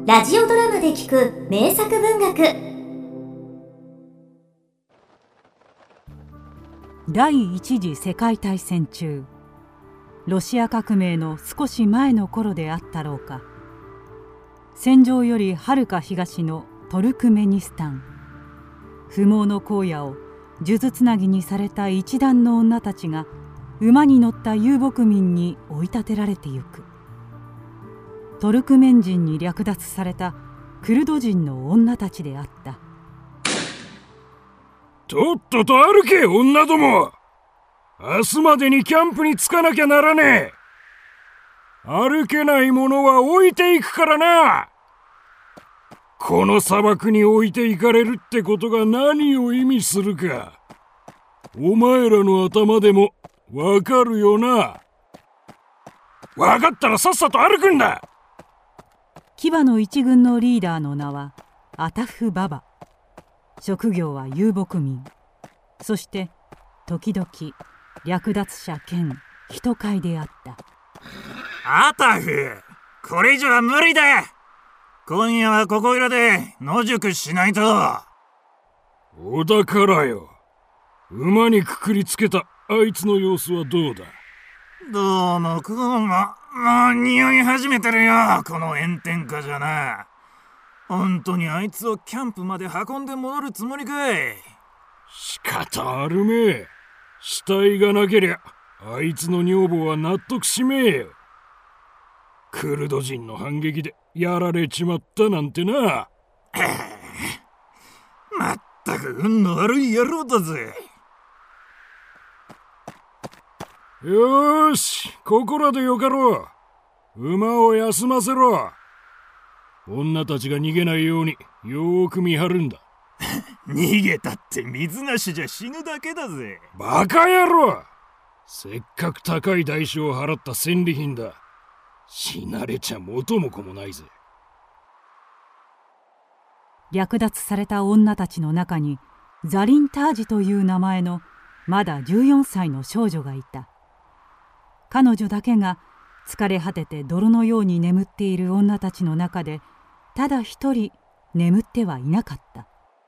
ラジオドラマで聞く名作文学。 第一次世界大戦中、ロシア革命の少し前の頃であったろうか、戦場よりはるか東のトルクメニスタン、不毛の荒野を数珠つなぎにされた一団の女たちが馬に乗った遊牧民に追い立てられてゆく。トルクメン人に略奪されたクルド人の女たちであった。 とっとと歩け、女ども。明日までにキャンプに着かなきゃならねえ。歩けないものは置いていくからな。この砂漠に置いていかれるってことが何を意味するか、お前らの頭でもわかるよな。わかったらさっさと歩くんだ。 騎馬の一軍のリーダーの名はアタフ・ババ。職業は遊牧民。そして時々略奪者兼人飼いであった。 アタフ、これ以上は無理だ。今夜はここいらで野宿しないと。 おだからよ。馬にくくりつけたあいつの様子はどうだ。 どうもこうも匂い始めてるよ、この炎天下じゃな。本当にあいつをキャンプまで運んで戻るつもりかい。 仕方あるめ。死体がなけりゃあいつの女房は納得しめえよ。クルド人の反撃でやられちまったなんてな。 まったく運の悪い野郎だぜ。 よーし、ここらでよかろう。馬を休ませろ。女たちが逃げないようによーく見張るんだ。 逃げたって水なしじゃ死ぬだけだぜ。 バカ野郎。せっかく高い代償を払った戦利品だ。死なれちゃ元も子もないぜ。 略奪された女たちの中にザリンタージという名前のまだ14歳の少女がいた。彼女だけが疲れ果てて泥のように眠っている女たちの中でただ一人眠ってはいなかった。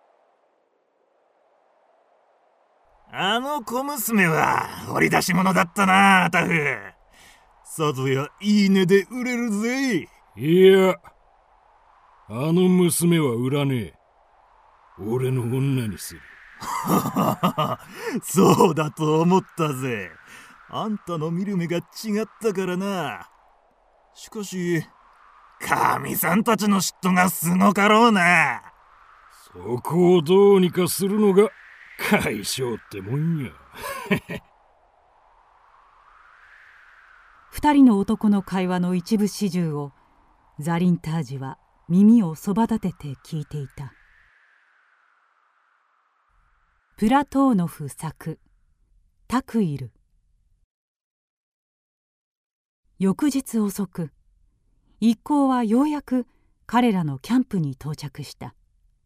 あの小娘は掘り出し物だったな、アタフ。さぞやいい値で売れるぜ。 いや、あの娘は売らねえ。俺の女にする。 そうだと思ったぜ。あんたの見る目が違ったからな。しかし神さんたちの嫉妬がすごかろうな。 そこをどうにかするのが解消ってもんや。 二人の男の会話の一部始終をザリンタージは耳をそば立てて聞いていた。プラトーノフ作「タクイル」。翌日遅く、一行はようやく彼らのキャンプに到着した。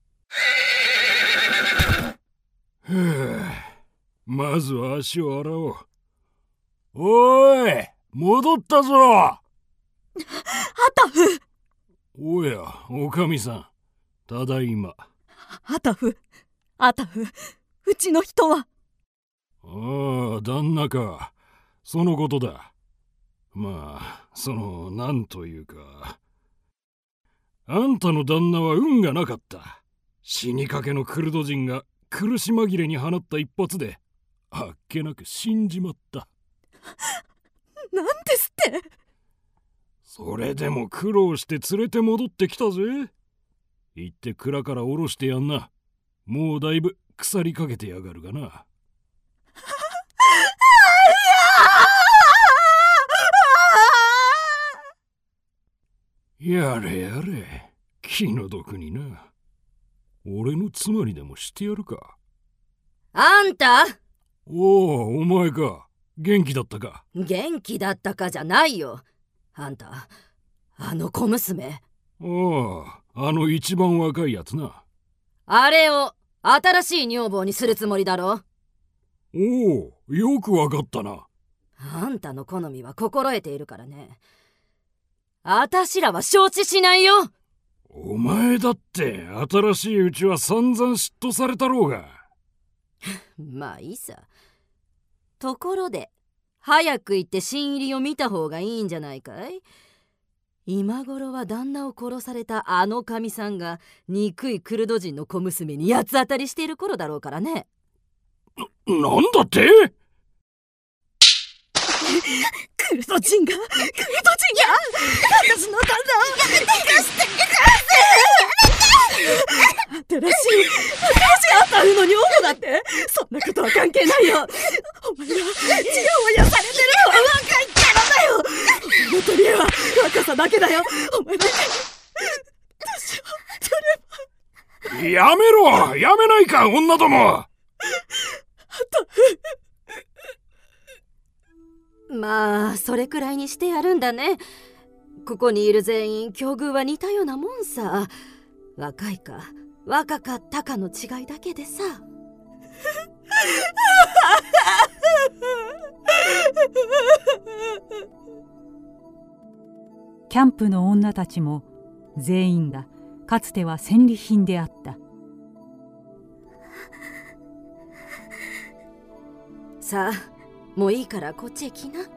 まずは足を洗おう。おい、戻ったぞ。 アタフ。 おや、おかみさん、ただいま。 アタフ、うちの人は。 ああ、旦那か。そのことだ。まあ、なんというか。あんたの旦那は運がなかった。死にかけのクルド人が苦し紛れに放った一発で、あっけなく死んじまった。 なんですって。 それでも苦労して連れて戻ってきたぜ。行って蔵から下ろしてやんな。もうだいぶ腐りかけてやがるがな。やれやれ、気の毒にな。俺の妻にでもしてやるか。 あんた。 おお、お前か。元気だったか。 元気だったかじゃないよ。あんた、あの小娘。 ああ、あの一番若いやつな。 あれを新しい女房にするつもりだろ。 おお、よくわかったな。 あんたの好みは心得ているからね。あたしらは承知しないよ。 お前だって新しいうちは散々嫉妬されたろうが。 まあいいさ。ところで早く行って新入りを見た方がいいんじゃないかい？今頃は旦那を殺されたあの神さんが憎いクルド人の小娘に八つ当たりしている頃だろうからね。 なんだって？ クルド人が私の旦那をやめて新しいアタフの女房だって。そんなことは関係ないよ。お前はちやほやされてる若いキャラだよ。お前の取り柄は若さだけだよ。お前だけ私を取れば。 やめろ、やめないか女ども。 まあそれくらいにしてやるんだね。ここにいる全員境遇は似たようなもんさ。若いか若かったかの違いだけでさ。 キャンプの女たちも全員がかつては戦利品であった。 さあもういいからこっちへ来な。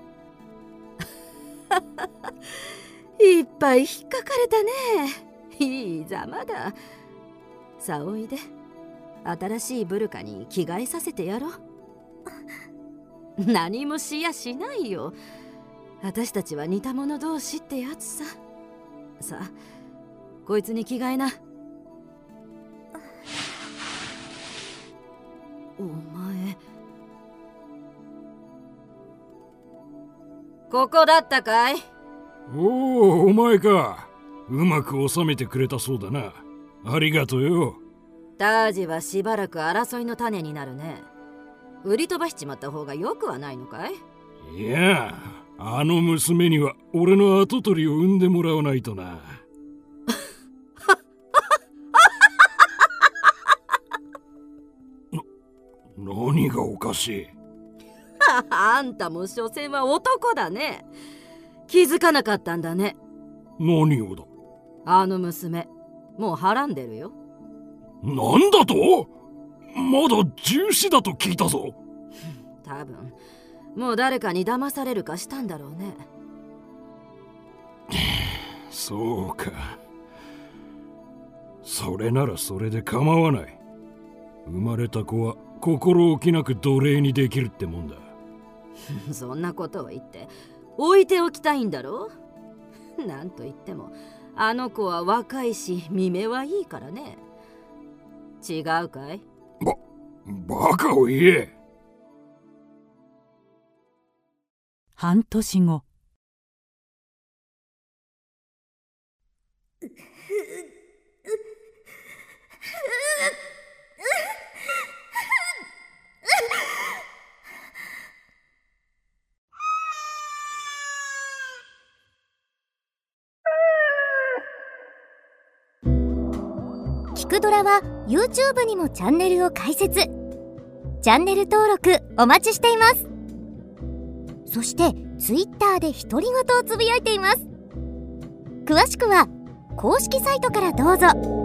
いっぱい引っかかれたね。いいざまだ。さあおいで。新しいブルカに着替えさせてやろう。何もしやしないよ。私たちは似た者同士ってやつさ。さあこいつに着替えな。お前ここだったかい？ おお、お前か。うまく収めてくれたそうだな。ありがとうよ。 タージはしばらく争いの種になるね。売り飛ばしちまった方がよくはないのかい？ いや、あの娘には俺の跡取りを産んでもらわないとな。何がおかしい？ あんたも所詮は男だね。気づかなかったんだね。 何をだ？ あの娘もうはらんでるよ。 なんだと？まだ14だと聞いたぞ。 多分もう誰かに騙されるかしたんだろうね。 そうか。それならそれで構わない。生まれた子は心置きなく奴隷にできるってもんだ。 そんなことを言って置いておきたいんだろう。なんと言ってもあの子は若いし見目はいいからね。違うかい？ バカを言え。 半年後。 キクドラは YouTube にもチャンネルを開設。チャンネル登録お待ちしています。そして Twitter で独り言をつぶやいています。詳しくは公式サイトからどうぞ。